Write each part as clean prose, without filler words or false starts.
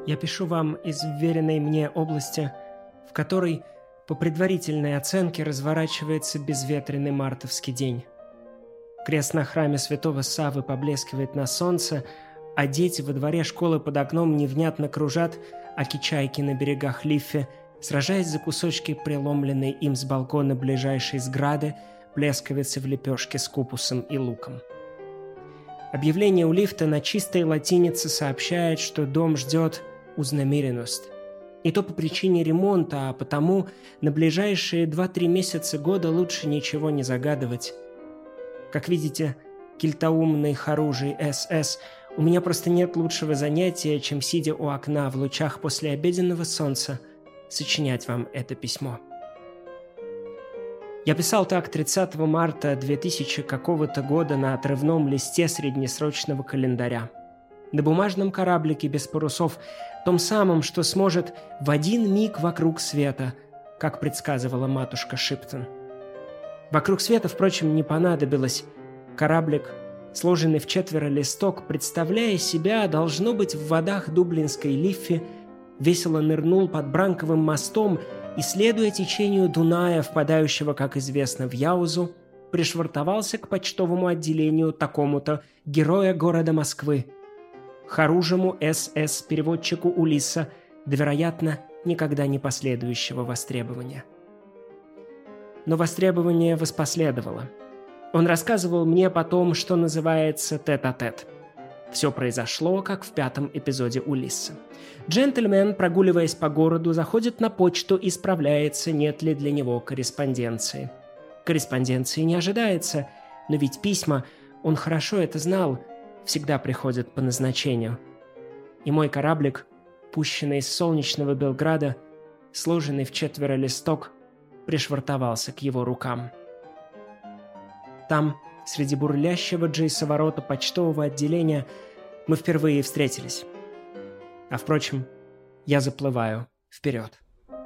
Я пишу вам из вверенной мне области, в которой, по предварительной оценке, разворачивается безветренный мартовский день. Крест на храме святого Саввы поблескивает на солнце, а дети во дворе школы под окном невнятно кружат, аки чайки на берегах Лиффи, сражаясь за кусочки преломленной им с балкона ближайшей сграды, блесковицы в лепешке с купусом и луком. Объявление у лифта на чистой латинице сообщает, что дом ждет узнамереност. И то по причине ремонта, а потому на ближайшие 2-3 месяца года лучше ничего не загадывать. Как видите, кельтоумный хоружий СС, у меня просто нет лучшего занятия, чем, сидя у окна в лучах послеобеденного солнца, сочинять вам это письмо. Я писал так 30 марта 2000 какого-то года на отрывном листе среднесрочного календаря. На бумажном кораблике без парусов, том самом, что сможет в один миг вокруг света, как предсказывала матушка Шиптон. Вокруг света, впрочем, не понадобилось. Кораблик, сложенный в 4 листок, представляя себя, должно быть, в водах дублинской Лиффи, весело нырнул под Бранковым мостом и, следуя течению Дуная, впадающего, как известно, в Яузу, пришвартовался к почтовому отделению такому-то героя города Москвы, хоружему СС-переводчику Улисса, да, вероятно, никогда не последующего востребования. Но востребование воспоследовало. Он рассказывал мне потом, что называется тет-а-тет. Все произошло, как в 5-м эпизоде Улисса. Джентльмен, прогуливаясь по городу, заходит на почту и справляется, нет ли для него корреспонденции. Корреспонденции не ожидается, но ведь письма, он хорошо это знал, всегда приходят по назначению. И мой кораблик, пущенный из солнечного Белграда, сложенный в 4 листок, пришвартовался к его рукам. Там, среди бурлящего джейсоворота почтового отделения, мы впервые встретились. А впрочем, я заплываю вперед.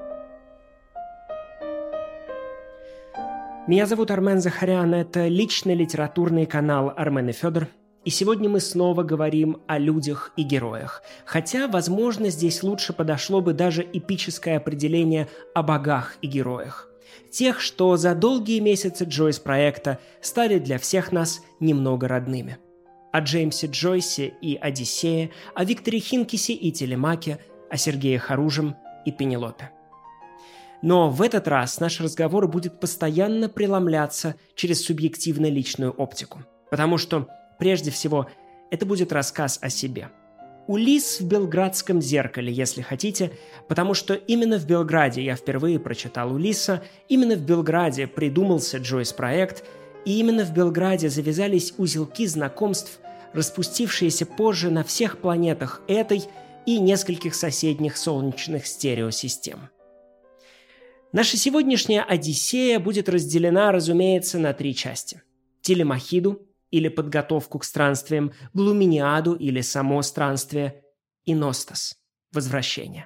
Меня зовут Армен Захарян, это личный литературный канал Армен и Федор, и сегодня мы снова говорим о людях и героях. Хотя, возможно, здесь лучше подошло бы даже эпическое определение о богах и героях. Тех, что за долгие месяцы Джойс-проекта стали для всех нас немного родными. О Джеймсе Джойсе и Одиссее, о Викторе Хинкисе и Телемаке, о Сергее Харужем и Пенелопе. Но в этот раз наш разговор будет постоянно преломляться через субъективно-личную оптику. Потому что, прежде всего, это будет рассказ о себе. Улисс в Белградском зеркале, если хотите, потому что именно в Белграде я впервые прочитал Улисса, именно в Белграде придумался Джойс-проект, и именно в Белграде завязались узелки знакомств, распустившиеся позже на всех планетах этой и нескольких соседних солнечных стереосистем. Наша сегодняшняя Одиссея будет разделена, разумеется, на 3 части. Телемахиду, или подготовку к странствиям, Блуминиаду или само странствие, и Ностос – возвращение.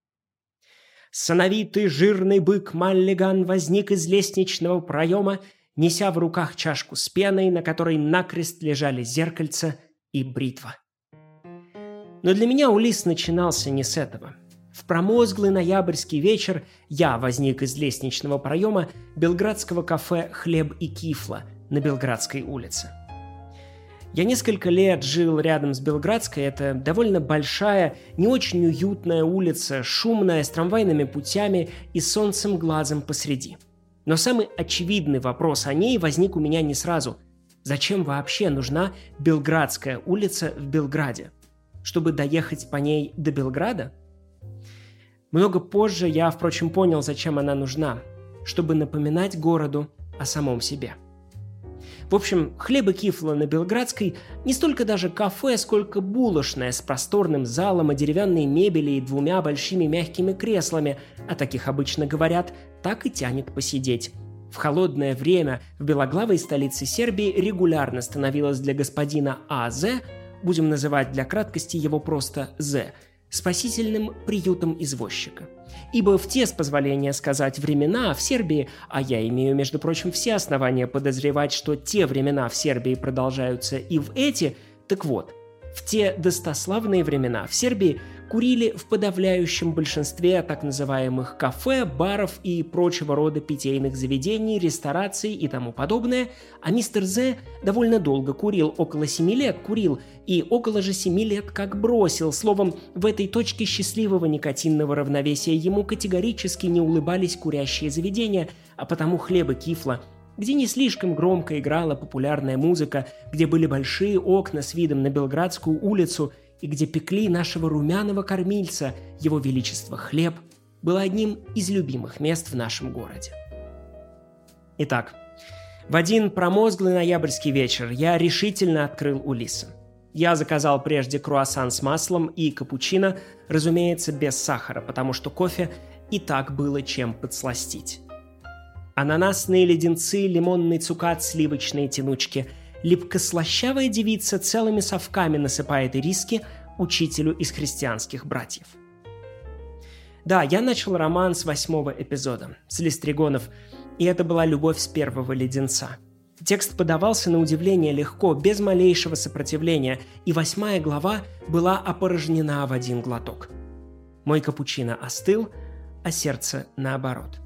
Сановитый жирный бык Маллиган возник из лестничного проема, неся в руках чашку с пеной, на которой накрест лежали зеркальце и бритва. Но для меня Улисс начинался не с этого. В промозглый ноябрьский вечер я возник из лестничного проема белградского кафе «Хлеб и кифла» на Белградской улице. Я несколько лет жил рядом с Белградской, это довольно большая, не очень уютная улица, шумная, с трамвайными путями и солнцем глазом посреди. Но самый очевидный вопрос о ней возник у меня не сразу. Зачем вообще нужна Белградская улица в Белграде? Чтобы доехать по ней до Белграда? Много позже я, впрочем, понял, зачем она нужна. Чтобы напоминать городу о самом себе. В общем, «Хлеб и кифла» на Белградской не столько даже кафе, сколько булочная с просторным залом и деревянной мебели и 2 большими мягкими креслами, о таких обычно говорят, так и тянет посидеть. В холодное время в белоглавой столице Сербии регулярно становилось для господина А.З., будем называть для краткости его просто З, спасительным приютом извозчика. Ибо в те, с позволения сказать, времена в Сербии, а я имею, между прочим, все основания подозревать, что те времена в Сербии продолжаются и в эти, так вот, в те достославные времена в Сербии курили в подавляющем большинстве так называемых кафе, баров и прочего рода питейных заведений, рестораций и тому подобное, а мистер З довольно долго курил, около 7 лет курил, и около же 7 лет как бросил. Словом, в этой точке счастливого никотинного равновесия ему категорически не улыбались курящие заведения, а потому хлеба кифла, где не слишком громко играла популярная музыка, где были большие окна с видом на Белградскую улицу и где пекли нашего румяного кормильца, его величество хлеб, было одним из любимых мест в нашем городе. Итак, в один промозглый ноябрьский вечер я решительно открыл Улисса. Я заказал прежде круассан с маслом и капучино, разумеется, без сахара, потому что кофе и так было чем подсластить. Ананасные леденцы, лимонный цукат, сливочные тянучки. Липко-слащавая девица целыми совками насыпает ириски учителю из христианских братьев. Да, я начал роман с 8-го эпизода, с Листригонов, и это была любовь с первого леденца. Текст подавался на удивление легко, без малейшего сопротивления, и 8-я глава была опорожнена в один глоток. Мой капучино остыл, а сердце наоборот.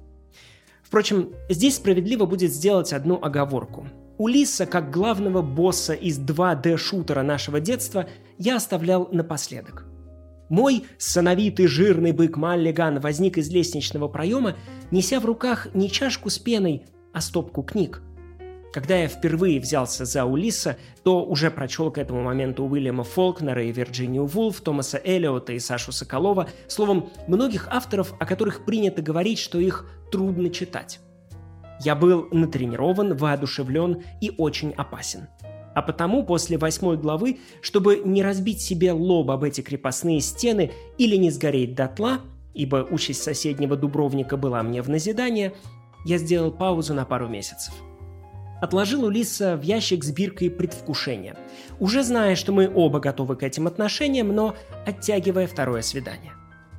Впрочем, здесь справедливо будет сделать одну оговорку. Улисса, как главного босса из 2D-шутера нашего детства, я оставлял напоследок. Мой сановитый жирный бык Маллиган возник из лестничного проема, неся в руках не чашку с пеной, а стопку книг. Когда я впервые взялся за Улисса, то уже прочел к этому моменту Уильяма Фолкнера и Вирджинию Вулф, Томаса Эллиота и Сашу Соколова, словом, многих авторов, о которых принято говорить, что их трудно читать. Я был натренирован, воодушевлен и очень опасен. А потому после 8-й главы, чтобы не разбить себе лоб об эти крепостные стены или не сгореть дотла, ибо участь соседнего Дубровника была мне в назидание, я сделал паузу на пару месяцев. Отложил Улисса в ящик с биркой предвкушения, уже зная, что мы оба готовы к этим отношениям, но оттягивая второе свидание.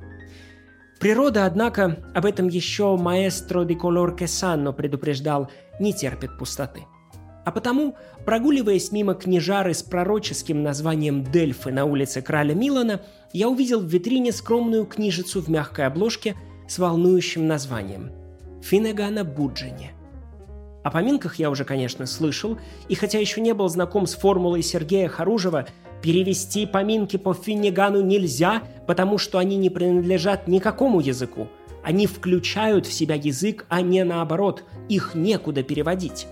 Природа, однако, об этом еще маэстро ди колор ке санно предупреждал, не терпит пустоты. А потому, прогуливаясь мимо книжары с пророческим названием «Дельфы» на улице Краля Милана, я увидел в витрине скромную книжицу в мягкой обложке с волнующим названием «Финнегана Буджини». О поминках я уже, конечно, слышал, и хотя еще не был знаком с формулой Сергея Харужева «перевести поминки по Финнегану нельзя, потому что они не принадлежат никакому языку. Они включают в себя язык, а не наоборот, их некуда переводить».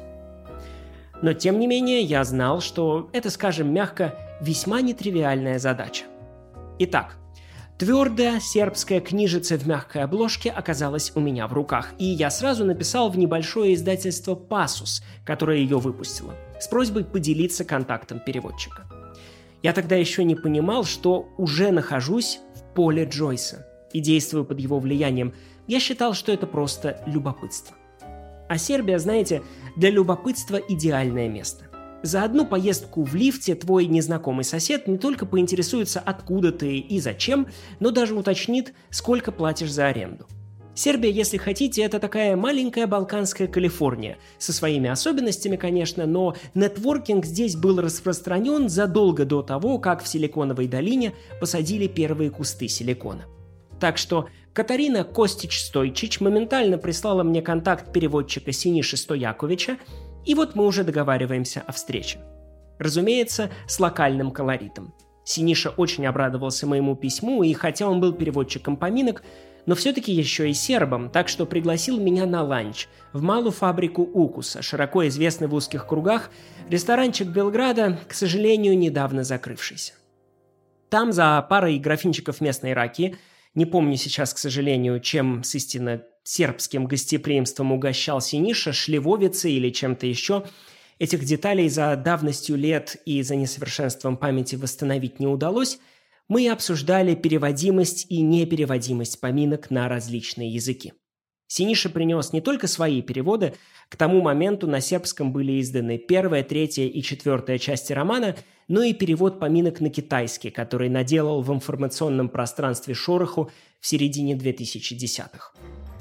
Но, тем не менее, я знал, что это, скажем мягко, весьма нетривиальная задача. Итак, твердая сербская книжица в мягкой обложке оказалась у меня в руках, и я сразу написал в небольшое издательство «Пасус», которое ее выпустило, с просьбой поделиться контактом переводчика. Я тогда еще не понимал, что уже нахожусь в поле Джойса и действую под его влиянием. Я считал, что это просто любопытство. А Сербия, знаете, для любопытства идеальное место. За одну поездку в лифте твой незнакомый сосед не только поинтересуется, откуда ты и зачем, но даже уточнит, сколько платишь за аренду. Сербия, если хотите, это такая маленькая балканская Калифорния, со своими особенностями, конечно, но нетворкинг здесь был распространен задолго до того, как в Силиконовой долине посадили первые кусты силикона. Так что Катарина Костич-Стойчич моментально прислала мне контакт переводчика Синиши Стояковича, и вот мы уже договариваемся о встрече. Разумеется, с локальным колоритом. Синиша очень обрадовался моему письму, и хотя он был переводчиком поминок, но все-таки еще и сербом, так что пригласил меня на ланч в малую фабрику Укуса, широко известный в узких кругах, ресторанчик Белграда, к сожалению, недавно закрывшийся. Там за парой графинчиков местной раки, не помню сейчас, к сожалению, чем с истинно сербским гостеприимством угощал Синиша, шливовицей или чем-то еще, этих деталей за давностью лет и за несовершенством памяти восстановить не удалось, мы обсуждали переводимость и непереводимость поминок на различные языки. Синиша принес не только свои переводы, к тому моменту на сербском были изданы 1, 3 и 4 части романа, но и перевод поминок на китайский, который наделал в информационном пространстве шороху в середине 2010-х.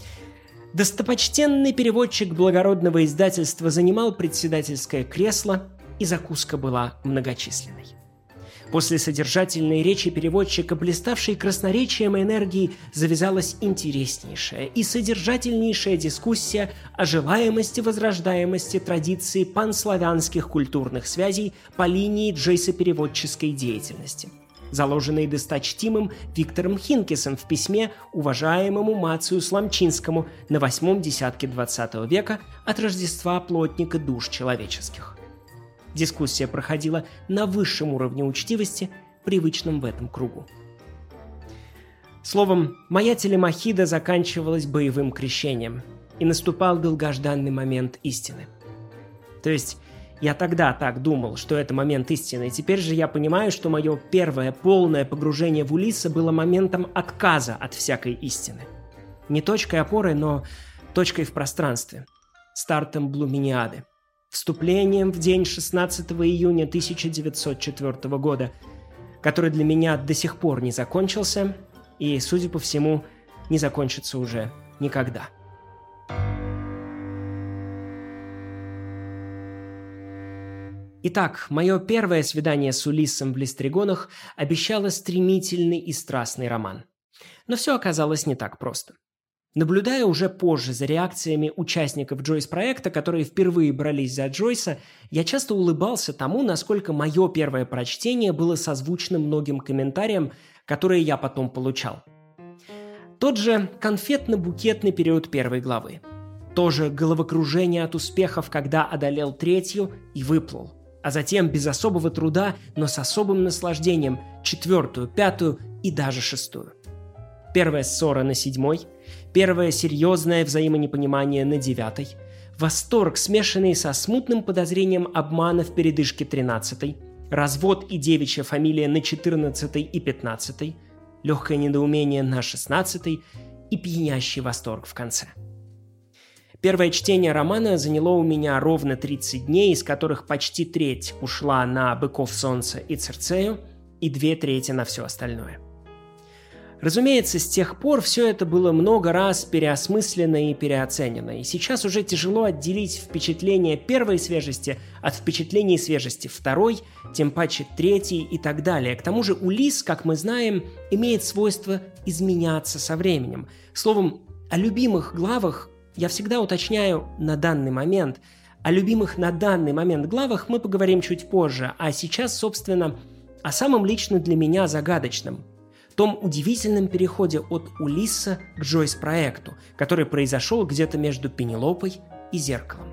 Достопочтенный переводчик благородного издательства занимал председательское кресло, и закуска была многочисленной. После содержательной речи переводчика, блиставшей красноречием и энергией, завязалась интереснейшая и содержательнейшая дискуссия о желаемости возрождаемости традиции панславянских культурных связей по линии джойсопереводческой деятельности, заложенной досточтимым Виктором Хинкесом в письме уважаемому Мацию Сламчинскому на 8-м десятке XX века от Рождества плотника душ человеческих. Дискуссия проходила на высшем уровне учтивости, привычном в этом кругу. Словом, моя телемахида заканчивалась боевым крещением, и наступал долгожданный момент истины. То есть, я тогда так думал, что это момент истины, и теперь же я понимаю, что мое первое полное погружение в Улисса было моментом отказа от всякой истины. Не точкой опоры, но точкой в пространстве, стартом Блуминиады. Вступлением в день 16 июня 1904 года, который для меня до сих пор не закончился и, судя по всему, не закончится уже никогда. Итак, мое первое свидание с Улиссом в Листригонах обещало стремительный и страстный роман. Но все оказалось не так просто. Наблюдая уже позже за реакциями участников Джойс-проекта, которые впервые брались за Джойса, я часто улыбался тому, насколько мое первое прочтение было созвучно многим комментариям, которые я потом получал. Тот же конфетно-букетный период первой главы. То же головокружение от успехов, когда одолел третью и выплыл. А затем без особого труда, но с особым наслаждением четвертую, пятую и даже шестую. Первая ссора на 7-й, первое серьезное взаимонепонимание на 9-й, восторг, смешанный со смутным подозрением обмана в передышке 13-й, развод и девичья фамилия на 14-й и 15-й, легкое недоумение на 16-й и пьянящий восторг в конце. Первое чтение романа заняло у меня ровно 30 дней, из которых почти треть ушла на «Быков солнца» и «Цирцею», и 2/3 на все остальное. Разумеется, с тех пор все это было много раз переосмыслено и переоценено, и сейчас уже тяжело отделить впечатление первой свежести от впечатлений свежести второй, тем паче третьей и так далее. К тому же Улисс, как мы знаем, имеет свойство изменяться со временем. Словом, о любимых главах я всегда уточняю «на данный момент». О любимых на данный момент главах мы поговорим чуть позже, а сейчас, собственно, о самом лично для меня загадочном – том удивительном переходе от Улисса к Джойс-проекту, который произошел где-то между Пенелопой и Зеркалом.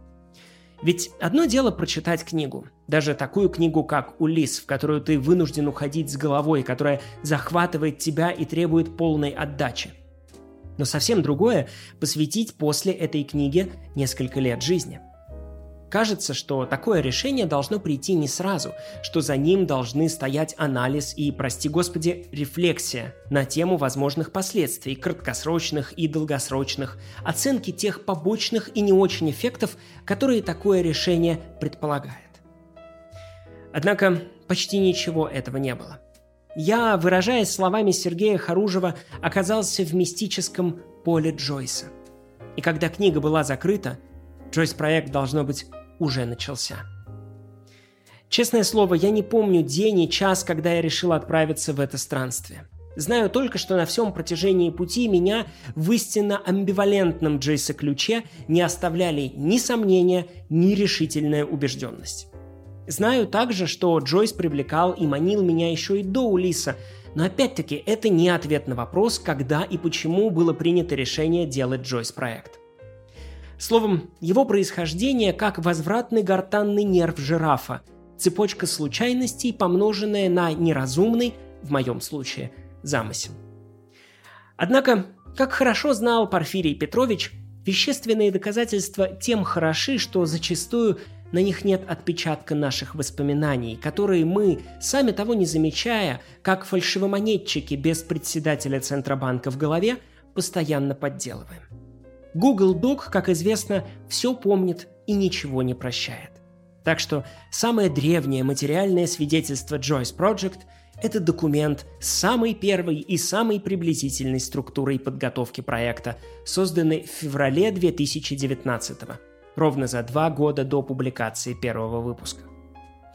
Ведь одно дело прочитать книгу, даже такую книгу, как «Улисс», в которую ты вынужден уходить с головой, которая захватывает тебя и требует полной отдачи. Но совсем другое – посвятить после этой книги несколько лет жизни. Кажется, что такое решение должно прийти не сразу, что за ним должны стоять анализ и, прости господи, рефлексия на тему возможных последствий, краткосрочных и долгосрочных, оценки тех побочных и не очень эффектов, которые такое решение предполагает. Однако почти ничего этого не было. Я, выражаясь словами Сергея Харужева, оказался в мистическом поле Джойса. И когда книга была закрыта, Джойс-проект, должно быть, уже начался. Честное слово, я не помню день и час, когда я решил отправиться в это странствие. Знаю только, что на всем протяжении пути меня в истинно амбивалентном Джойса-ключе не оставляли ни сомнения, ни решительная убежденность. Знаю также, что Джойс привлекал и манил меня еще и до Улисса, но опять-таки это не ответ на вопрос, когда и почему было принято решение делать Джойс-проект. Словом, его происхождение как возвратный гортанный нерв жирафа, цепочка случайностей, помноженная на неразумный, в моем случае, замысел. Однако, как хорошо знал Порфирий Петрович, вещественные доказательства тем хороши, что зачастую на них нет отпечатка наших воспоминаний, которые мы, сами того не замечая, как фальшивомонетчики без председателя Центробанка в голове, постоянно подделываем. Google Doc, как известно, все помнит и ничего не прощает. Так что самое древнее материальное свидетельство Joyce Project – это документ с самой первой и самой приблизительной структурой подготовки проекта, созданный в феврале 2019-го, ровно за 2 года до публикации первого выпуска.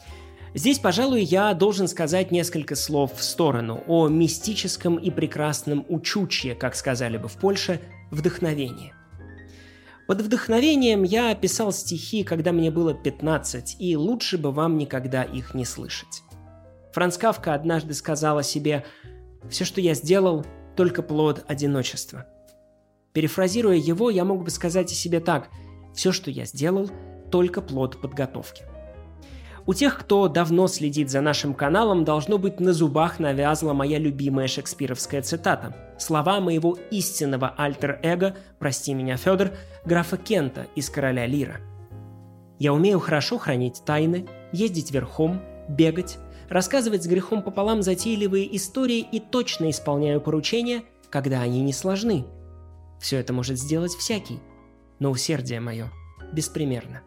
Здесь, пожалуй, я должен сказать несколько слов в сторону о мистическом и прекрасном учучье, как сказали бы в Польше, вдохновении. Под вдохновением я писал стихи, когда мне было 15, и лучше бы вам никогда их не слышать. Франц Кафка однажды сказал о себе: «Все, что я сделал, только плод одиночества». Перефразируя его, я мог бы сказать о себе так: «Все, что я сделал, только плод подготовки». У тех, кто давно следит за нашим каналом, должно быть на зубах навязла моя любимая шекспировская цитата. Слова моего истинного альтер-эго, прости меня, Федор, графа Кента из «Короля Лира». Я умею хорошо хранить тайны, ездить верхом, бегать, рассказывать с грехом пополам затейливые истории и точно исполняю поручения, когда они не сложны. Все это может сделать всякий, но усердие мое беспримерно.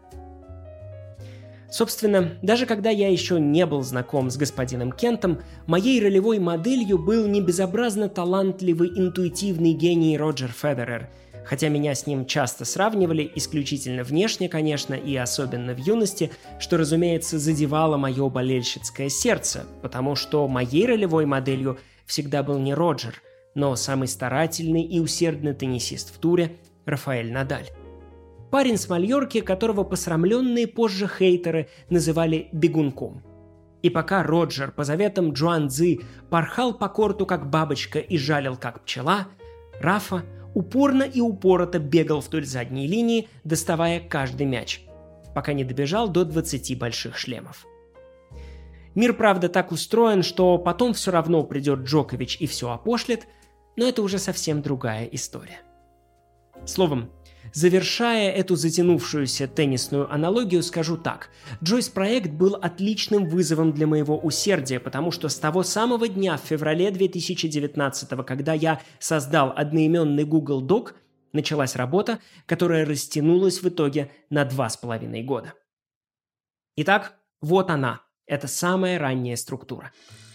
Собственно, даже когда я еще не был знаком с господином Кентом, моей ролевой моделью был не безобразно талантливый интуитивный гений Роджер Федерер, хотя меня с ним часто сравнивали, исключительно внешне, конечно, и особенно в юности, что, разумеется, задевало мое болельщицкое сердце, потому что моей ролевой моделью всегда был не Роджер, но самый старательный и усердный теннисист в туре Рафаэль Надаль. Парень с Мальорки, которого посрамленные позже хейтеры называли бегунком. И пока Роджер по заветам Джуан Цзы порхал по корту как бабочка и жалил как пчела, Рафа упорно и упорото бегал вдоль задней линии, доставая каждый мяч, пока не добежал до 20 больших шлемов. Мир, правда, так устроен, что потом все равно придет Джокович и все опошлит, но это уже совсем другая история. Словом, завершая эту затянувшуюся теннисную аналогию, скажу так. Джойс-проект был отличным вызовом для моего усердия, потому что с того самого дня в феврале 2019-го, когда я создал одноименный Google Doc, началась работа, которая растянулась в итоге на 2,5 года. Итак, вот она, эта самая ранняя структура.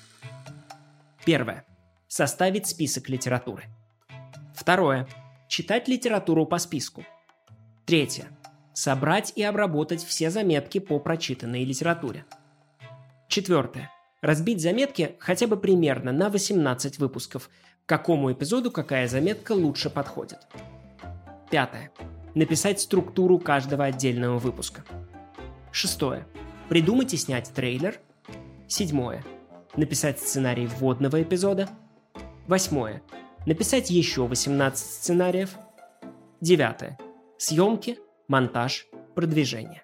Первое. Составить список литературы. Второе. Читать литературу по списку. Третье. Собрать и обработать все заметки по прочитанной литературе. Четвертое. Разбить заметки хотя бы примерно на 18 выпусков, к какому эпизоду какая заметка лучше подходит. Пятое. Написать структуру каждого отдельного выпуска. Шестое. Придумать и снять трейлер. Седьмое. Написать сценарий вводного эпизода. Восьмое. Написать еще 18 сценариев. 9. Съемки, монтаж, продвижение.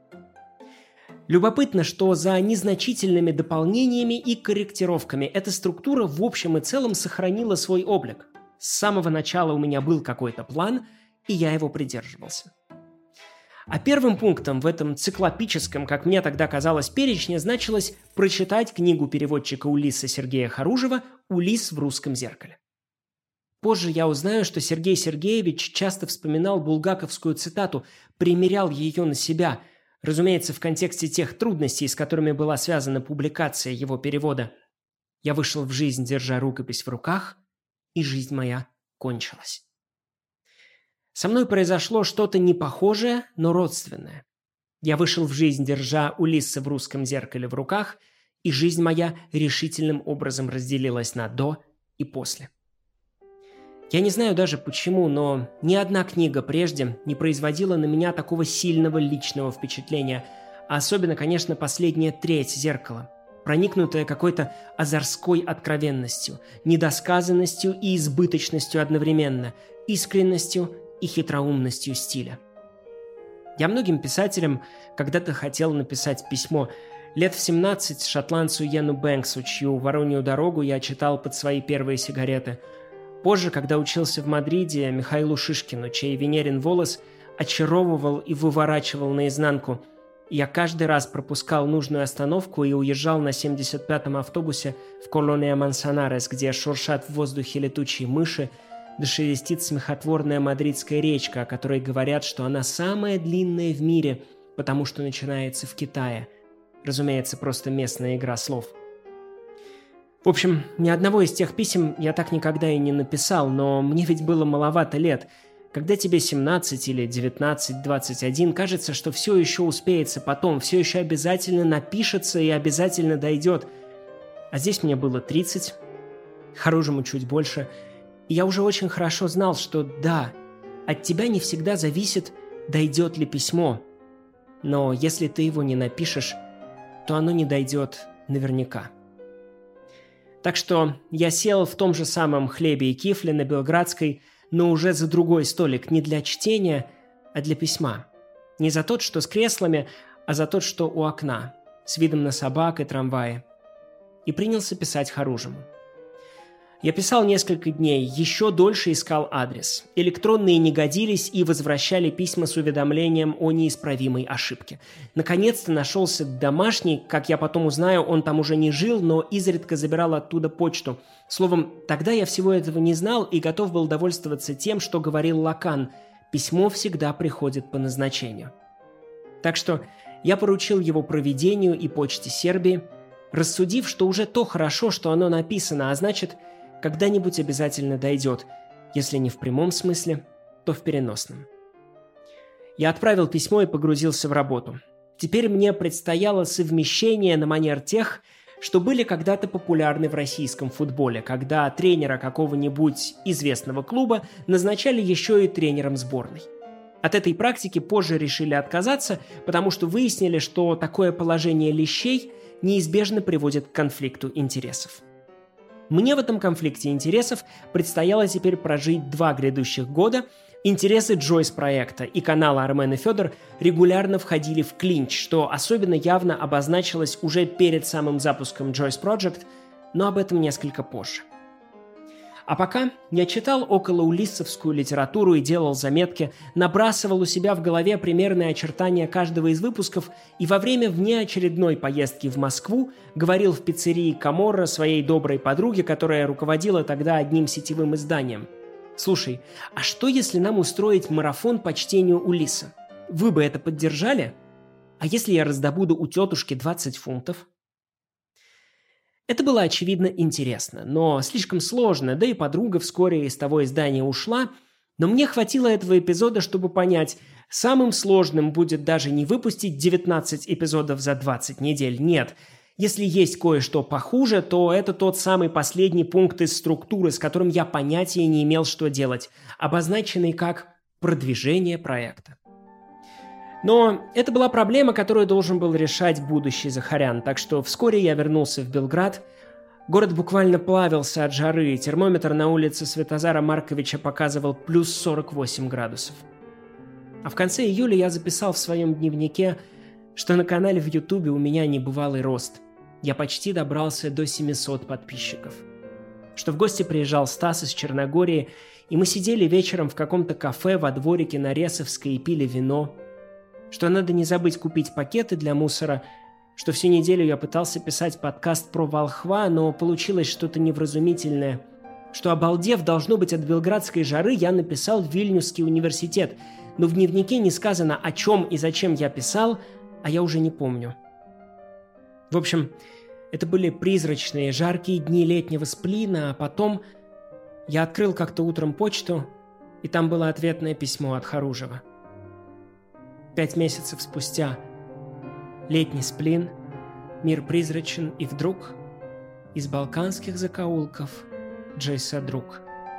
Любопытно, что за незначительными дополнениями и корректировками эта структура в общем и целом сохранила свой облик. С самого начала у меня был какой-то план, и я его придерживался. А первым пунктом в этом циклопическом, как мне тогда казалось, перечне значилось прочитать книгу переводчика Улисса Сергея Харужева «Улисс в русском зеркале». Позже я узнаю, что Сергей Сергеевич часто вспоминал булгаковскую цитату, примерял ее на себя, разумеется, в контексте тех трудностей, с которыми была связана публикация его перевода. «Я вышел в жизнь, держа рукопись в руках, и жизнь моя кончилась». Со мной произошло что-то непохожее, но родственное. Я вышел в жизнь, держа Улисса в русском зеркале в руках, и жизнь моя решительным образом разделилась на «до» и «после». Я не знаю даже почему, но ни одна книга прежде не производила на меня такого сильного личного впечатления, а особенно, конечно, последняя треть «Зеркала», проникнутая какой-то озорской откровенностью, недосказанностью и избыточностью одновременно, искренностью и хитроумностью стиля. Я многим писателям когда-то хотел написать письмо. Лет в 17 шотландцу Йену Бэнксу, чью «Воронью дорогу» я читал под свои первые сигареты. Позже, когда учился в Мадриде, Михаилу Шишкину, чей «Венерин волос» очаровывал и выворачивал наизнанку. Я каждый раз пропускал нужную остановку и уезжал на 75-м автобусе в Колония Мансанарес, где шуршат в воздухе летучие мыши, да шелестит смехотворная мадридская речка, о которой говорят, что она самая длинная в мире, потому что начинается в Китае. Разумеется, просто местная игра слов. В общем, ни одного из тех писем я так никогда и не написал, но мне ведь было маловато лет. Когда тебе 17 или 19, 21, кажется, что все еще успеется потом, все еще обязательно напишется и обязательно дойдет. А здесь мне было 30, Харужему чуть больше, и я уже очень хорошо знал, что да, от тебя не всегда зависит, дойдет ли письмо. Но если ты его не напишешь, то оно не дойдет наверняка. Так что я сел в том же самом хлебе и кифле на Белградской, но уже за другой столик, не для чтения, а для письма. Не за тот, что с креслами, а за тот, что у окна, с видом на собак и трамваи. И принялся писать Харужему. Я писал несколько дней, еще дольше искал адрес. Электронные не годились и возвращали письма с уведомлением о неисправимой ошибке. Наконец-то нашелся домашний, как я потом узнаю, он там уже не жил, но изредка забирал оттуда почту. Словом, тогда я всего этого не знал и готов был довольствоваться тем, что говорил Лакан: письмо всегда приходит по назначению. Так что я поручил его проведению и почте Сербии, рассудив, что уже то хорошо, что оно написано, а значит, когда-нибудь обязательно дойдет, если не в прямом смысле, то в переносном. Я отправил письмо и погрузился в работу. Теперь мне предстояло совмещение на манер тех, что были когда-то популярны в российском футболе, когда тренера какого-нибудь известного клуба назначали еще и тренером сборной. От этой практики позже решили отказаться, потому что выяснили, что такое положение лещей неизбежно приводит к конфликту интересов. Мне в этом конфликте интересов предстояло теперь прожить 2 грядущих года. Интересы Джойс-проекта и канала Армен и Федор регулярно входили в клинч, что особенно явно обозначилось уже перед самым запуском Joyce Project, но об этом несколько позже. А пока я читал околоулиссовскую литературу и делал заметки, набрасывал у себя в голове примерные очертания каждого из выпусков и во время внеочередной поездки в Москву говорил в пиццерии Каморра своей доброй подруге, которая руководила тогда одним сетевым изданием: «Слушай, а что если нам устроить марафон по чтению Улисса? Вы бы это поддержали? А если я раздобуду у тетушки 20 фунтов?» Это было, очевидно, интересно, но слишком сложно, да и подруга вскоре из того издания ушла, но мне хватило этого эпизода, чтобы понять, самым сложным будет даже не выпустить 19 эпизодов за 20 недель, нет. Если есть кое-что похуже, то это тот самый последний пункт из структуры, с которым я понятия не имел, что делать, обозначенный как «продвижение проекта». Но это была проблема, которую должен был решать будущий Захарян, так что вскоре я вернулся в Белград. Город буквально плавился от жары, термометр на улице Святозара Марковича показывал плюс 48 градусов. А в конце июля я записал в своем дневнике, что на канале в Ютубе у меня небывалый рост. Я почти добрался до 700 подписчиков. Что в гости приезжал Стас из Черногории, и мы сидели вечером в каком-то кафе во дворике на Ресовской и пили вино. Что надо не забыть купить пакеты для мусора, что всю неделю я пытался писать подкаст про волхва, но получилось что-то невразумительное, что, обалдев, должно быть, от белградской жары, я написал в Вильнюсский университет, но в дневнике не сказано, о чем и зачем я писал, а я уже не помню. В общем, это были призрачные, жаркие дни летнего сплина, а потом я открыл как-то утром почту, и там было ответное письмо от Харужева. 5 месяцев спустя. Летний сплин, мир призрачен, и вдруг из балканских закоулков Джейса друг.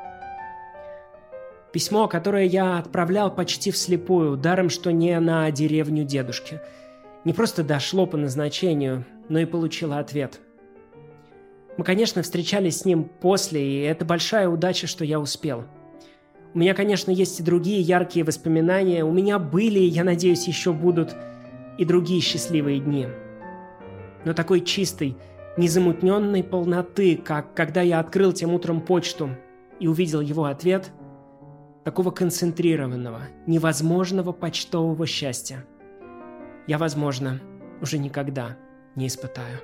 Письмо, которое я отправлял почти вслепую, даром что не на деревню дедушки. Не просто дошло по назначению, но и получило ответ. Мы, конечно, встречались с ним после, и это большая удача, что я успел. У меня, конечно, есть и другие яркие воспоминания. У меня были, я надеюсь, еще будут и другие счастливые дни. Но такой чистой, незамутненной полноты, как когда я открыл тем утром почту и увидел его ответ, такого концентрированного, невозможного почтового счастья, я, возможно, уже никогда не испытаю.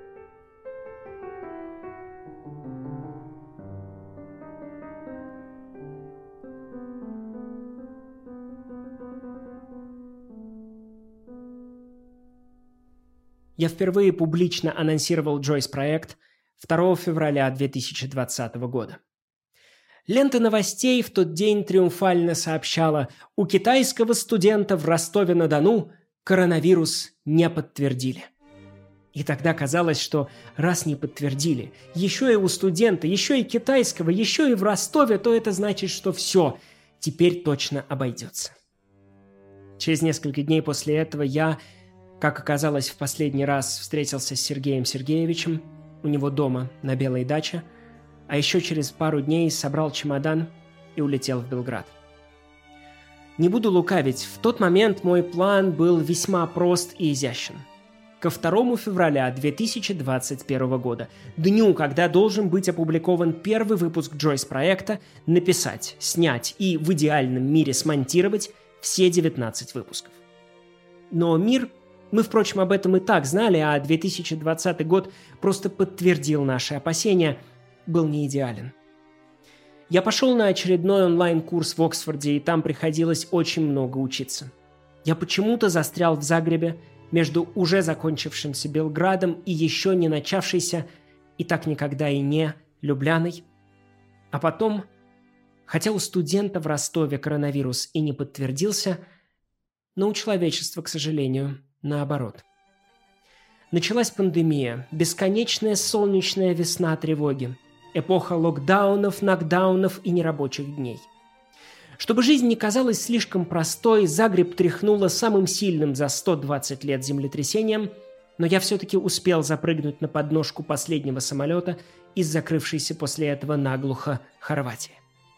Я впервые публично анонсировал Joyce проект 2 февраля 2020 года. Лента новостей в тот день триумфально сообщала: у китайского студента в Ростове-на-Дону коронавирус не подтвердили. И тогда казалось, что раз не подтвердили, еще и у студента, еще и китайского, еще и в Ростове, то это значит, что все, теперь точно обойдется. Через несколько дней после этого я, как оказалось, в последний раз встретился с Сергеем Сергеевичем у него дома на Белой даче, а еще через пару дней собрал чемодан и улетел в Белград. Не буду лукавить, в тот момент мой план был весьма прост и изящен. Ко 2 февраля 2021 года, дню, когда должен быть опубликован первый выпуск Джойс-проекта, написать, снять и в идеальном мире смонтировать все 19 выпусков. Но мир, мы, впрочем, об этом и так знали, а 2020 год просто подтвердил наши опасения, был не идеален. Я пошел на очередной онлайн-курс в Оксфорде, и там приходилось очень много учиться. Я почему-то застрял в Загребе, между уже закончившимся Белградом и еще не начавшейся, и так никогда и не, Любляной. А потом, хотя у студента в Ростове коронавирус и не подтвердился, но у человечества, к сожалению, наоборот. Началась пандемия, бесконечная солнечная весна тревоги, эпоха локдаунов, нокдаунов и нерабочих дней. Чтобы жизнь не казалась слишком простой, Загреб тряхнуло самым сильным за 120 лет землетрясением, но я все-таки успел запрыгнуть на подножку последнего самолета из закрывшейся после этого наглухо Хорватии.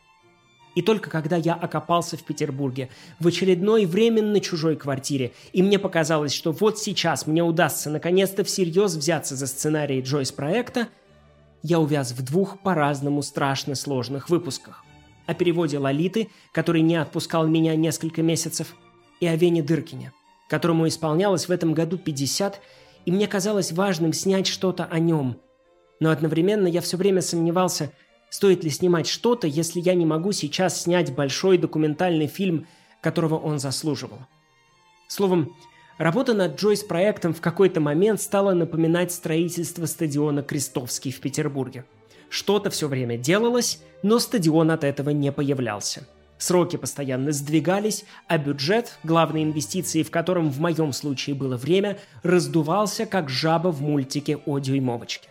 И только когда я окопался в Петербурге, в очередной временно чужой квартире, и мне показалось, что вот сейчас мне удастся наконец-то всерьез взяться за сценарий Джойс-проекта, я увяз в 2 по-разному страшно сложных выпусках. О переводе Лолиты, который не отпускал меня несколько месяцев, и о Вене Дыркине, которому исполнялось в этом году 50, и мне казалось важным снять что-то о нем. Но одновременно я все время сомневался, стоит ли снимать что-то, если я не могу сейчас снять большой документальный фильм, которого он заслуживал. Словом, работа над Джойс-проектом в какой-то момент стала напоминать строительство стадиона «Крестовский» в Петербурге. Что-то все время делалось, но стадион от этого не появлялся. Сроки постоянно сдвигались, а бюджет, главной инвестицией в котором в моем случае было время, раздувался, как жаба в мультике о дюймовочке.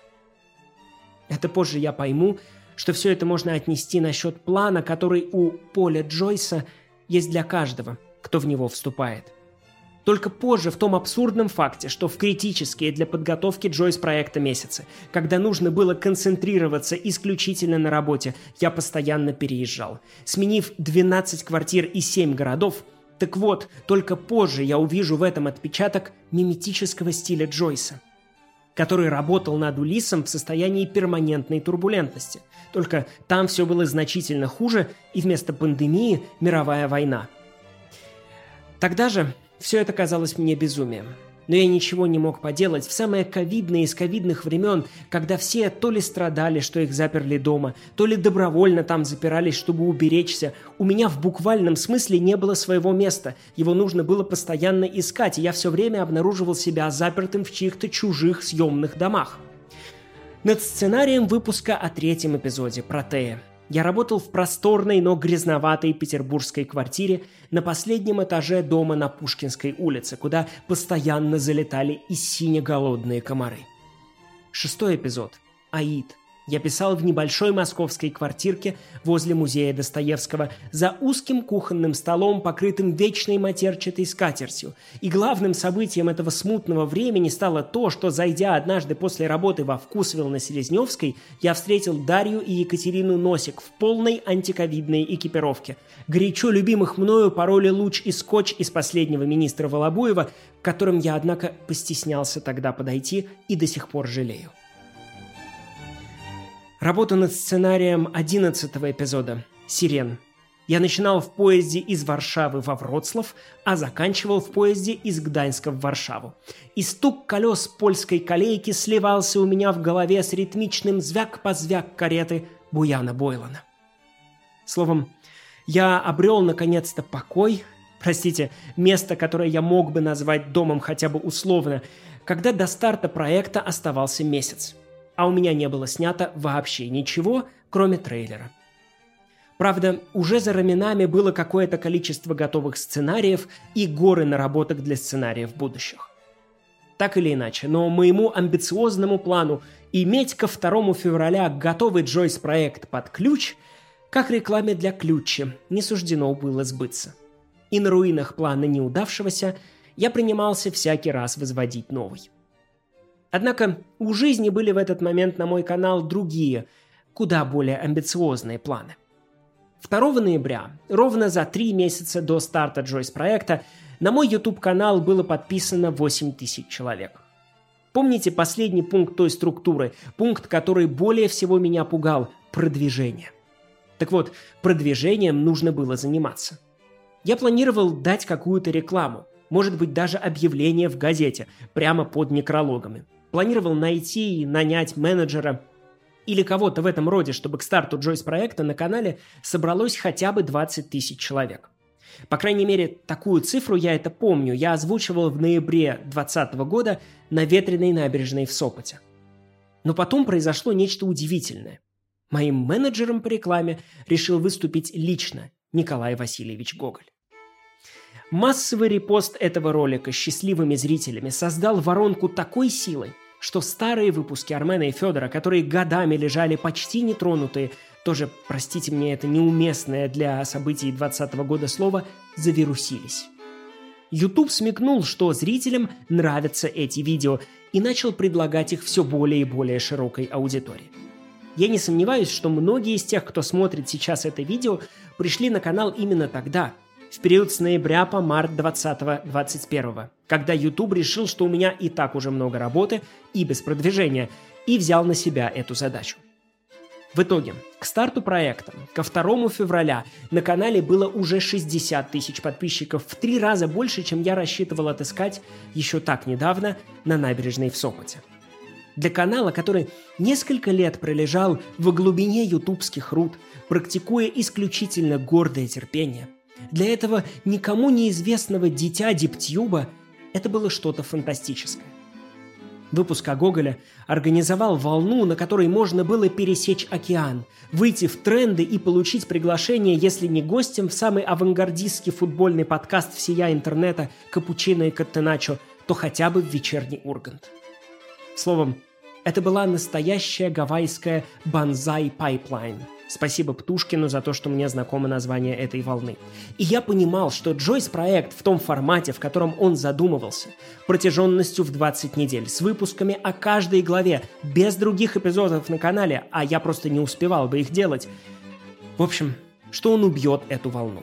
Это позже я пойму, что все это можно отнести на счет плана, который у Поля Джойса есть для каждого, кто в него вступает. Только позже, в том абсурдном факте, что в критические для подготовки Джойс-проекта месяцы, когда нужно было концентрироваться исключительно на работе, я постоянно переезжал. Сменив 12 квартир и 7 городов, так вот, только позже я увижу в этом отпечаток миметического стиля Джойса, который работал над Улиссом в состоянии перманентной турбулентности. Только там все было значительно хуже, и вместо пандемии – мировая война. Тогда же все это казалось мне безумием. Но я ничего не мог поделать в самые ковидные из ковидных времен, когда все то ли страдали, что их заперли дома, то ли добровольно там запирались, чтобы уберечься. У меня в буквальном смысле не было своего места. Его нужно было постоянно искать, и я все время обнаруживал себя запертым в чьих-то чужих съемных домах. Над сценарием выпуска о 3-м эпизоде «Протея» я работал в просторной, но грязноватой петербургской квартире на последнем этаже дома на Пушкинской улице, куда постоянно залетали и сине-голодные комары. 6-й эпизод «Аид» я писал в небольшой московской квартирке возле музея Достоевского за узким кухонным столом, покрытым вечной матерчатой скатертью. И главным событием этого смутного времени стало то, что, зайдя однажды после работы во Вкусвилл на Селезневской, я встретил Дарью и Екатерину Носик в полной антиковидной экипировке. Горячо любимых мною пароли «Луч» и «Скотч» из «Последнего министра» Волобуева, к которым я, однако, постеснялся тогда подойти и до сих пор жалею. Работу над сценарием 11-го эпизода «Сирен» я начинал в поезде из Варшавы во Вроцлав, а заканчивал в поезде из Гданьска в Варшаву. И стук колес польской колейки сливался у меня в голове с ритмичным звяк-позвяк кареты Буяна Бойлана. Словом, я обрел наконец-то покой, место, которое я мог бы назвать домом хотя бы условно, когда до старта проекта оставался месяц. А у меня не было снято вообще ничего, кроме трейлера. Правда, уже за раменами было какое-то количество готовых сценариев и горы наработок для сценариев будущих. Так или иначе, но моему амбициозному плану иметь ко 2 февраля готовый Джойс проект под ключ, как рекламе для ключи, не суждено было сбыться. И на руинах плана неудавшегося я принимался всякий раз возводить новый. Однако у жизни были в этот момент на мой канал другие, куда более амбициозные планы. 2 ноября, ровно за 3 месяца до старта Джойс проекта, на мой YouTube-канал было подписано 8000 человек. Помните последний пункт той структуры, пункт, который более всего меня пугал – продвижение. Так вот, продвижением нужно было заниматься. Я планировал дать какую-то рекламу, может быть даже объявление в газете, прямо под некрологами. Планировал найти и нанять менеджера или кого-то в этом роде, чтобы к старту Джойс проекта на канале собралось хотя бы 20 000 человек. По крайней мере, такую цифру я это помню, я озвучивал в ноябре 2020 года на ветреной набережной в Сопоте. Но потом произошло нечто удивительное. Моим менеджером по рекламе решил выступить лично Николай Васильевич Гоголь. Массовый репост этого ролика счастливыми зрителями создал воронку такой силой, что старые выпуски Армена и Федора, которые годами лежали почти нетронутые, тоже, простите мне, это неуместное для событий 2020 года слово, завирусились. YouTube смекнул, что зрителям нравятся эти видео, и начал предлагать их все более и более широкой аудитории. Я не сомневаюсь, что многие из тех, кто смотрит сейчас это видео, пришли на канал именно тогда, в период с ноября по март 2020-2021, когда YouTube решил, что у меня и так уже много работы и без продвижения, и взял на себя эту задачу. В итоге, к старту проекта, ко 2 февраля, на канале было уже 60 000 подписчиков, в 3 раза больше, чем я рассчитывал отыскать еще так недавно на набережной в Сопоте. Для канала, который несколько лет пролежал во глубине ютубских руд, практикуя исключительно гордое терпение, для этого никому неизвестного дитя Диптюба это было что-то фантастическое. Выпуск о Гоголе организовал волну, на которой можно было пересечь океан, выйти в тренды и получить приглашение, если не гостем в самый авангардистский футбольный подкаст всея интернета «Капучино и Каттеначо», то хотя бы в вечерний Ургант. Словом, это была настоящая гавайская банзай-пайплайн. Спасибо Птушкину за то, что мне знакомо название этой волны. И я понимал, что Джойс проект в том формате, в котором он задумывался, протяженностью в 20 недель, с выпусками о каждой главе, без других эпизодов на канале, а я просто не успевал бы их делать. В общем, что он убьет эту волну.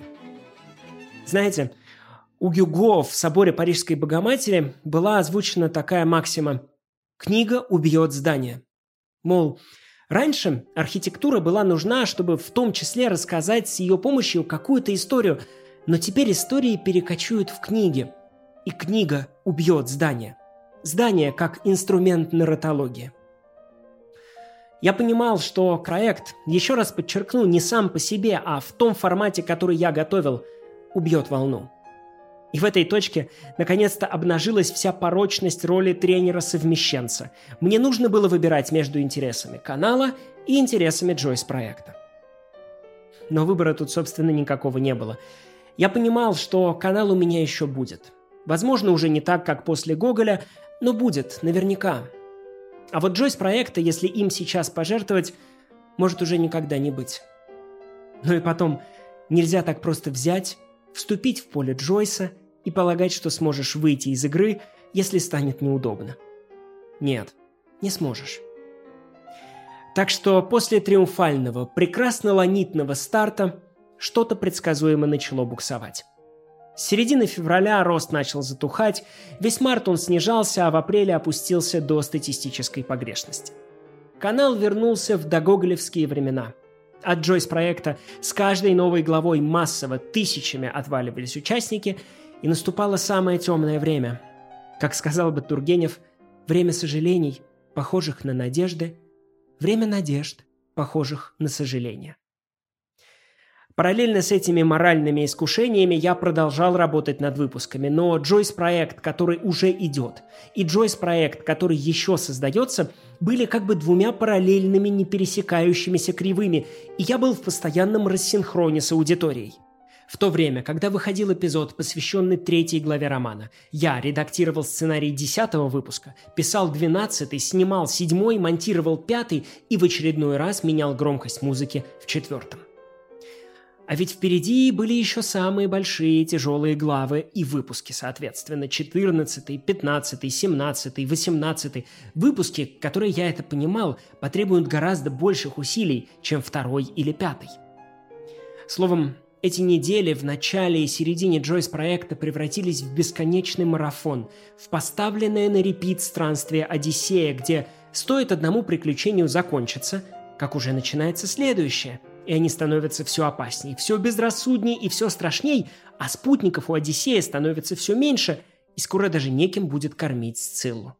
Знаете, у Гюго в соборе Парижской Богоматери была озвучена такая максима: «Книга убьет здание». Мол, раньше архитектура была нужна, чтобы в том числе рассказать с ее помощью какую-то историю, но теперь истории перекочуют в книги, и книга убьет здание. Здание как инструмент нарратологии. Я понимал, что проект, еще раз подчеркну, не сам по себе, а в том формате, который я готовил, убьет волну. И в этой точке наконец-то обнажилась вся порочность роли тренера-совмещенца. Мне нужно было выбирать между интересами канала и интересами Джойс проекта. Но выбора тут, собственно, никакого не было. Я понимал, что канал у меня еще будет. Возможно, уже не так, как после Гоголя, но будет, наверняка. А вот Джойс проекта, если им сейчас пожертвовать, может уже никогда не быть. Ну и потом, нельзя так просто взять, вступить в поле Джойса и полагать, что сможешь выйти из игры, если станет неудобно. Нет, не сможешь. Так что после триумфального, прекрасно-ланитного старта что-то предсказуемо начало буксовать. С середины февраля рост начал затухать, весь март он снижался, а в апреле опустился до статистической погрешности. Канал вернулся в догоголевские времена. От Джойс проекта с каждой новой главой массово тысячами отваливались участники, и наступало самое темное время. Как сказал бы Тургенев, время сожалений, похожих на надежды, время надежд, похожих на сожаления. Параллельно с этими моральными искушениями я продолжал работать над выпусками, но Джойс-проект, который уже идет, и Джойс-проект, который еще создается, были как бы двумя параллельными, не пересекающимися кривыми, и я был в постоянном рассинхроне с аудиторией. В то время, когда выходил эпизод, посвященный 3 главе романа, я редактировал сценарий 10 выпуска, писал 12, снимал 7, монтировал 5 и в очередной раз менял громкость музыки в 4. А ведь впереди были еще самые большие тяжелые главы и выпуски, соответственно, 14, 15, 17, 18. Выпуски, которые, я это понимал, потребуют гораздо больших усилий, чем 2 или 5. Словом, эти недели в начале и середине Джойс-проекта превратились в бесконечный марафон, в поставленное на репит странствие Одиссея, где стоит одному приключению закончиться, как уже начинается следующее – и они становятся все опаснее, все безрассуднее и все страшней, а спутников у Одиссея становится все меньше, и скоро даже некем будет кормить Сциллу.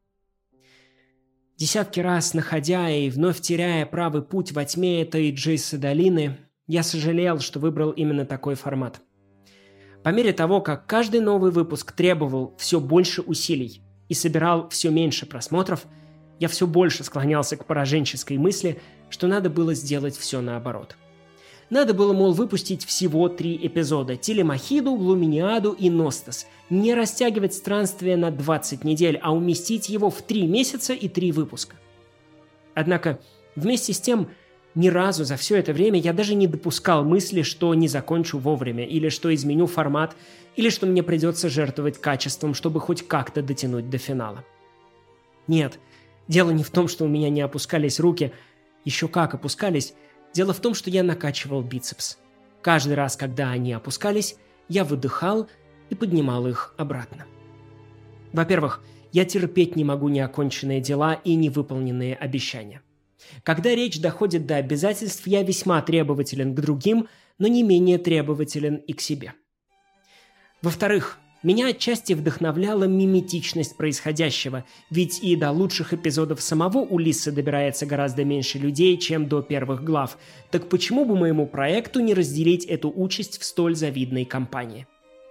Десятки раз, находя и вновь теряя правый путь во тьме этой Джейса-долины, я сожалел, что выбрал именно такой формат. По мере того, как каждый новый выпуск требовал все больше усилий и собирал все меньше просмотров, я все больше склонялся к пораженческой мысли, что надо было сделать все наоборот. Надо было, мол, выпустить всего 3 эпизода – Телемахиду, Луминиаду и Ностос. Не растягивать странствие на 20 недель, а уместить его в 3 месяца и 3 выпуска. Однако, вместе с тем, ни разу за все это время я даже не допускал мысли, что не закончу вовремя, или что изменю формат, или что мне придется жертвовать качеством, чтобы хоть как-то дотянуть до финала. Нет, дело не в том, что у меня не опускались руки, еще как опускались. Дело в том, что я накачивал бицепс. Каждый раз, когда они опускались, я выдыхал и поднимал их обратно. Во-первых, я терпеть не могу неоконченные дела и невыполненные обещания. Когда речь доходит до обязательств, я весьма требователен к другим, но не менее требователен и к себе. Во-вторых, меня отчасти вдохновляла миметичность происходящего, ведь и до лучших эпизодов самого Улисса добирается гораздо меньше людей, чем до первых глав. Так почему бы моему проекту не разделить эту участь в столь завидной компании?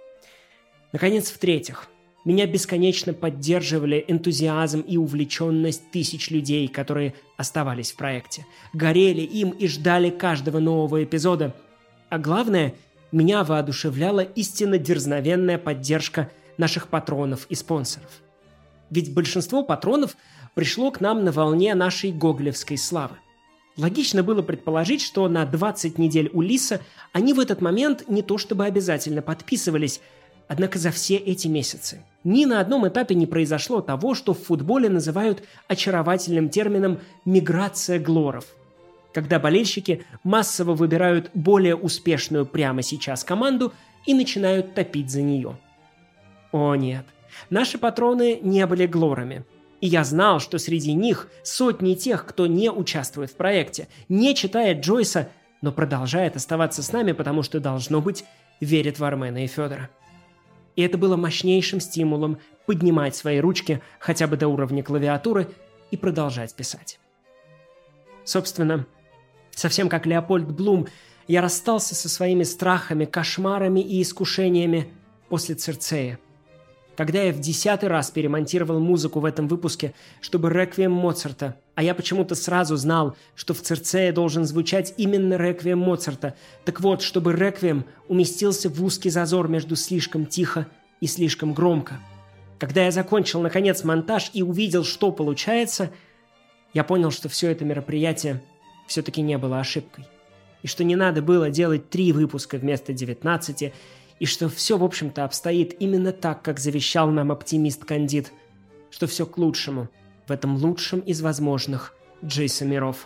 Наконец, в-третьих, меня бесконечно поддерживали энтузиазм и увлеченность тысяч людей, которые оставались в проекте, горели им и ждали каждого нового эпизода. А главное – меня воодушевляла истинно дерзновенная поддержка наших патронов и спонсоров. Ведь большинство патронов пришло к нам на волне нашей гоголевской славы. Логично было предположить, что на 20 недель Улисса они в этот момент не то чтобы обязательно подписывались, однако за все эти месяцы ни на одном этапе не произошло того, что в футболе называют очаровательным термином «миграция глоров», когда болельщики массово выбирают более успешную прямо сейчас команду и начинают топить за нее. О нет, наши патроны не были глорами. И я знал, что среди них сотни тех, кто не участвует в проекте, не читает Джойса, но продолжает оставаться с нами, потому что, должно быть, верит в Армена и Федора. И это было мощнейшим стимулом поднимать свои ручки хотя бы до уровня клавиатуры и продолжать писать. Собственно, совсем как Леопольд Блум, я расстался со своими страхами, кошмарами и искушениями после Цирцея. Когда я в 10-й раз перемонтировал музыку в этом выпуске, чтобы реквием Моцарта, а я почему-то сразу знал, что в Цирцее должен звучать именно реквием Моцарта, так вот, чтобы реквием уместился в узкий зазор между слишком тихо и слишком громко. Когда я закончил, наконец, монтаж и увидел, что получается, я понял, что все это мероприятие все-таки не было ошибкой. И что не надо было делать 3 выпуска вместо 19, и что все, в общем-то, обстоит именно так, как завещал нам оптимист-кандид, что все к лучшему в этом лучшем из возможных Джейса миров.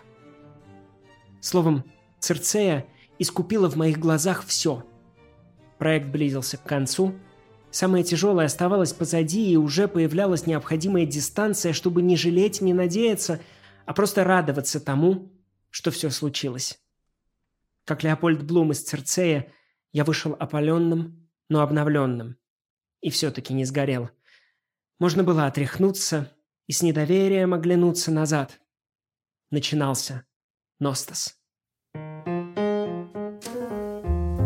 Словом, Цирцея искупила в моих глазах все. Проект близился к концу, самое тяжелое оставалось позади, и уже появлялась необходимая дистанция, чтобы не жалеть, не надеяться, а просто радоваться тому, что все случилось. Как Леопольд Блум из Цирцея, я вышел опаленным, но обновленным. И все-таки не сгорел. Можно было отряхнуться и с недоверием оглянуться назад. Начинался Ностос.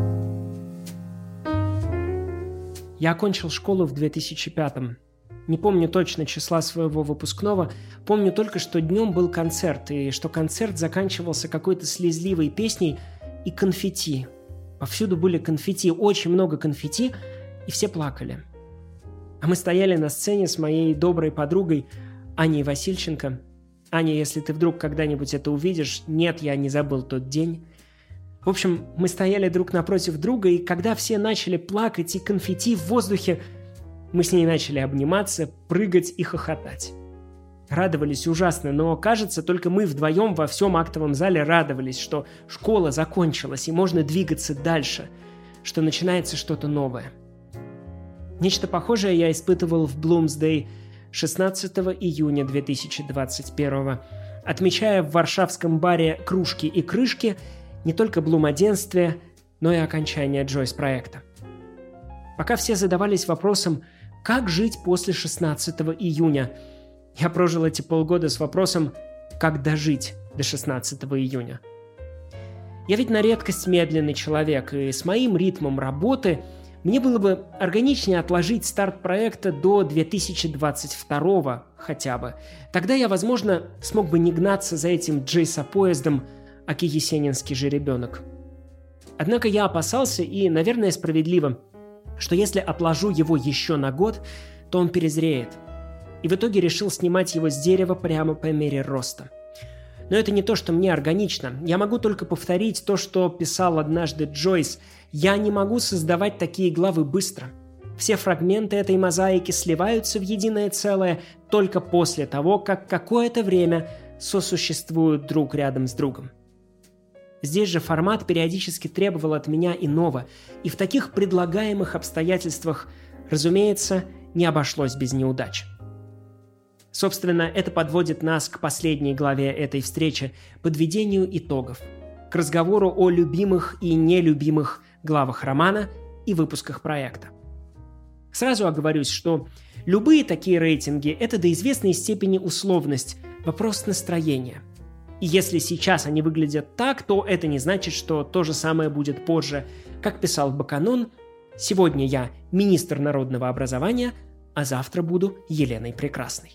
Я окончил школу в 2005-м. Не помню точно числа своего выпускного, помню только, что днем был концерт, и что концерт заканчивался какой-то слезливой песней и конфетти. Повсюду были конфетти, очень много конфетти, и все плакали. А мы стояли на сцене с моей доброй подругой Аней Васильченко. Аня, если ты вдруг когда-нибудь это увидишь, нет, я не забыл тот день. В общем, мы стояли друг напротив друга, и когда все начали плакать и конфетти в воздухе, мы с ней начали обниматься, прыгать и хохотать. Радовались ужасно, но, кажется, только мы вдвоем во всем актовом зале радовались, что школа закончилась и можно двигаться дальше, что начинается что-то новое. Нечто похожее я испытывал в Bloomsday 16 июня 2021, отмечая в варшавском баре «Кружки и крышки» не только блумоденствие, но и окончание Джойс-проекта. Пока все задавались вопросом, как жить после 16 июня, я прожил эти полгода с вопросом, как дожить до 16 июня. Я ведь на редкость медленный человек, и с моим ритмом работы мне было бы органичнее отложить старт проекта до 2022 хотя бы. Тогда я, возможно, смог бы не гнаться за этим Джейса-поездом, аки есенинский жеребенок. Однако я опасался, и, наверное, справедливо, что если отложу его еще на год, то он перезреет. И в итоге решил снимать его с дерева прямо по мере роста. Но это не то, что мне органично. Я могу только повторить то, что писал однажды Джойс. Я не могу создавать такие главы быстро. Все фрагменты этой мозаики сливаются в единое целое только после того, как какое-то время сосуществуют друг рядом с другом. Здесь же формат периодически требовал от меня иного, и в таких предлагаемых обстоятельствах, разумеется, не обошлось без неудач. Собственно, это подводит нас к последней главе этой встречи, подведению итогов, к разговору о любимых и нелюбимых главах романа и выпусках проекта. Сразу оговорюсь, что любые такие рейтинги – это до известной степени условность, вопрос настроения. И если сейчас они выглядят так, то это не значит, что то же самое будет позже. Как писал Баканон, сегодня я министр народного образования, а завтра буду Еленой Прекрасной.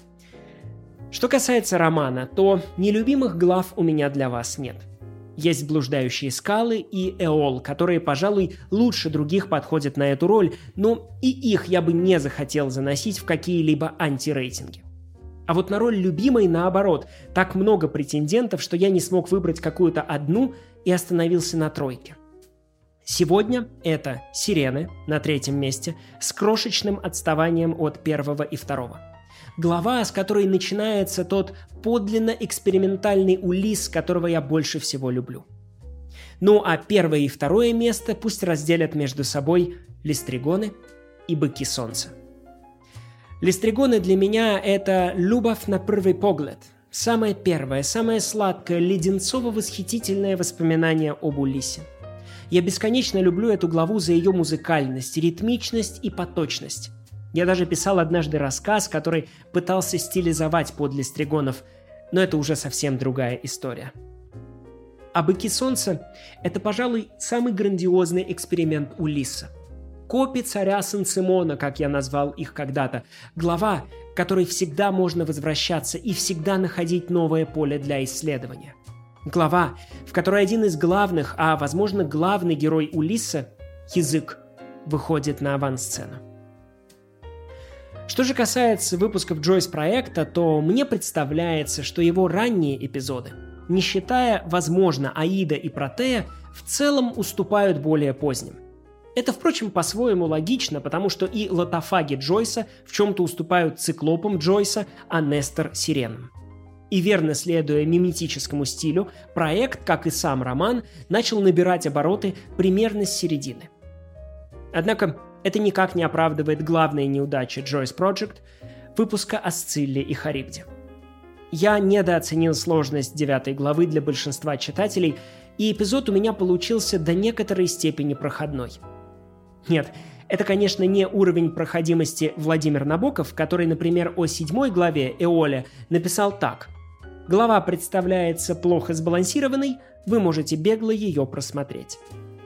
Что касается романа, то нелюбимых глав у меня для вас нет. Есть «Блуждающие скалы» и «Эол», которые, пожалуй, лучше других подходят на эту роль, но и их я бы не захотел заносить в какие-либо антирейтинги. А вот на роль любимой, наоборот, так много претендентов, что я не смог выбрать какую-то одну и остановился на тройке. Сегодня это «Сирены» на 3-м месте с крошечным отставанием от 1 и 2. Глава, с которой начинается тот подлинно экспериментальный Улисс, которого я больше всего люблю. Ну а 1 и 2 место пусть разделят между собой «Листригоны» и «Быки солнца». «Листригоны» для меня – это «Любовь на первый погляд», самое первое, самое сладкое, леденцово-восхитительное воспоминание об Улиссе. Я бесконечно люблю эту главу за ее музыкальность, ритмичность и поточность. Я даже писал однажды рассказ, который пытался стилизовать под «Листригонов», но это уже совсем другая история. А «Быки солнца» – это, пожалуй, самый грандиозный эксперимент Улисса. Копи царя Сан-Симона, как я назвал их когда-то. Глава, к которой всегда можно возвращаться и всегда находить новое поле для исследования. Глава, в которой один из главных, а, возможно, главный герой Улисса, язык, выходит на авансцену. Что же касается выпусков Джойс-проекта, то мне представляется, что его ранние эпизоды, не считая, возможно, Аида и Протея, в целом уступают более поздним. Это, впрочем, по-своему логично, потому что и лотофаги Джойса в чем-то уступают циклопам Джойса, а Нестор – сиренам. И верно следуя миметическому стилю, проект, как и сам роман, начал набирать обороты примерно с середины. Однако это никак не оправдывает главные неудачи Joyce Project – выпуска о Сцилле и Харибде. Я недооценил сложность 9 главы для большинства читателей, и эпизод у меня получился до некоторой степени проходной. Нет, это, конечно, не уровень проходимости Владимир Набоков, который, например, о 7 главе Эоле написал так. Глава представляется плохо сбалансированной, вы можете бегло ее просмотреть.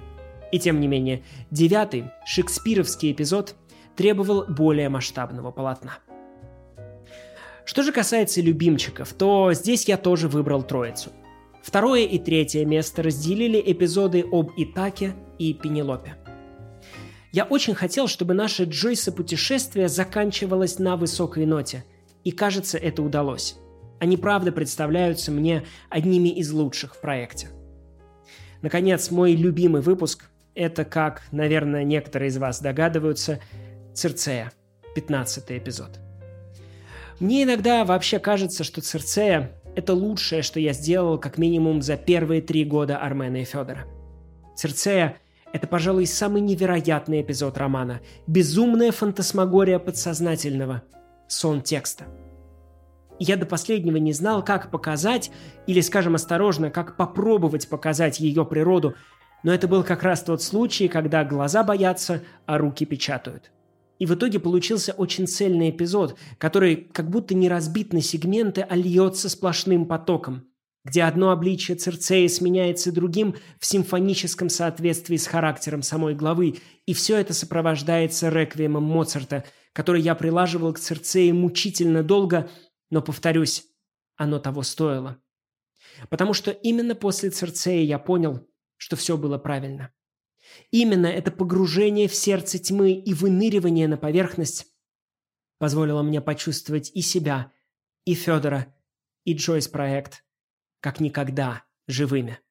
И тем не менее, 9-й, шекспировский эпизод требовал более масштабного полотна. Что же касается любимчиков, то здесь я тоже выбрал троицу. 2-е и 3-е место разделили эпизоды об Итаке и Пенелопе. Я очень хотел, чтобы наше Джойса-путешествие заканчивалось на высокой ноте, и, кажется, это удалось. Они правда представляются мне одними из лучших в проекте. Наконец, мой любимый выпуск – это, как, наверное, некоторые из вас догадываются, Цирцея, 15-й эпизод. Мне иногда вообще кажется, что Цирцея – это лучшее, что я сделал как минимум за первые 3 года Армена и Федора. Цирцея – это, пожалуй, самый невероятный эпизод романа, безумная фантасмагория подсознательного, сон текста. Я до последнего не знал, как показать, или, скажем осторожно, как попробовать показать ее природу, но это был как раз тот случай, когда глаза боятся, а руки печатают. И в итоге получился очень цельный эпизод, который как будто не разбит на сегменты, а льется сплошным потоком, где одно обличие Цирцеи сменяется другим в симфоническом соответствии с характером самой главы, и все это сопровождается реквиемом Моцарта, который я прилаживал к Цирцее мучительно долго, но, повторюсь, оно того стоило. Потому что именно после Цирцеи я понял, что все было правильно. Именно это погружение в сердце тьмы и выныривание на поверхность позволило мне почувствовать и себя, и Федора, и Джойс-проект как никогда живыми.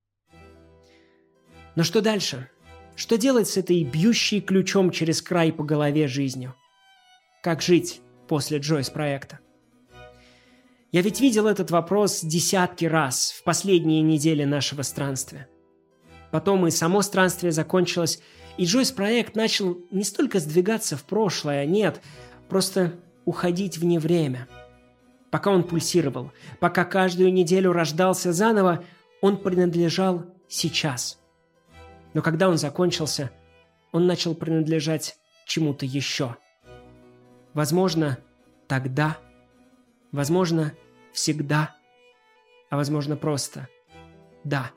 Но что дальше? Что делать с этой бьющей ключом через край по голове жизнью? Как жить после Джойс-проекта? Я ведь видел этот вопрос десятки раз в последние недели нашего странствия. Потом и само странствие закончилось, и Джойс-проект начал не столько сдвигаться в прошлое, нет, просто уходить вне время. Пока он пульсировал, пока каждую неделю рождался заново, он принадлежал сейчас. Но когда он закончился, он начал принадлежать чему-то еще. Возможно, тогда, возможно, всегда, а возможно, просто да.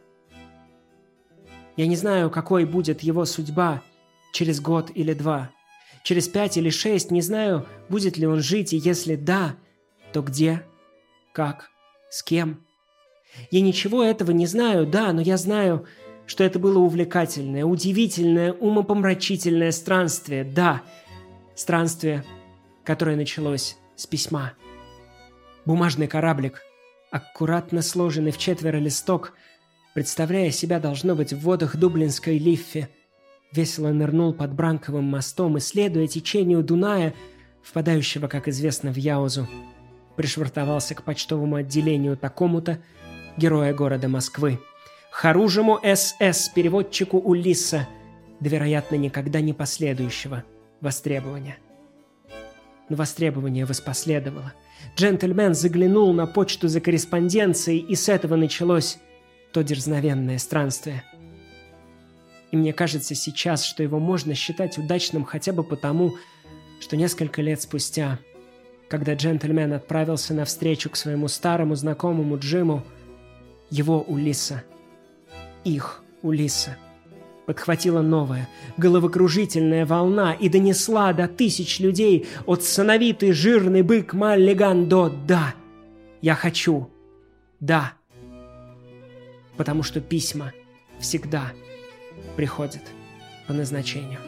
Я не знаю, какой будет его судьба через год или 2. Через 5 или 6 не знаю, будет ли он жить, и если да, то где, как, с кем. Я ничего этого не знаю, да, но я знаю, что это было увлекательное, удивительное, умопомрачительное странствие, да, странствие, которое началось с письма. Бумажный кораблик, аккуратно сложенный в 4 листок, представляя себя, должно быть, в водах Дублинской Лиффи, весело нырнул под Бранковым мостом и, следуя течению Дуная, впадающего, как известно, в Яузу, пришвартовался к почтовому отделению такому-то, героя города Москвы, Харужему СС, переводчику Улисса, до, вероятно, никогда не последующего востребования. Но востребование воспоследовало. Джентльмен заглянул на почту за корреспонденцией, и с этого началось то дерзновенное странствие. И мне кажется сейчас, что его можно считать удачным хотя бы потому, что несколько лет спустя, когда джентльмен отправился навстречу к своему старому знакомому Джиму, его Улисса, их Улисса, подхватила новая, головокружительная волна и донесла до 1000 людей от сановитый жирный бык Маллиган до «Да, я хочу, да». Потому что письма всегда приходят по назначению.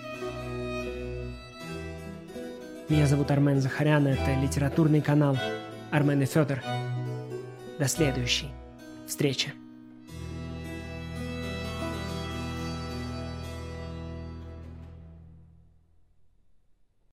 Меня зовут Армен Захарян, это литературный канал Армен и Федор. До следующей встречи.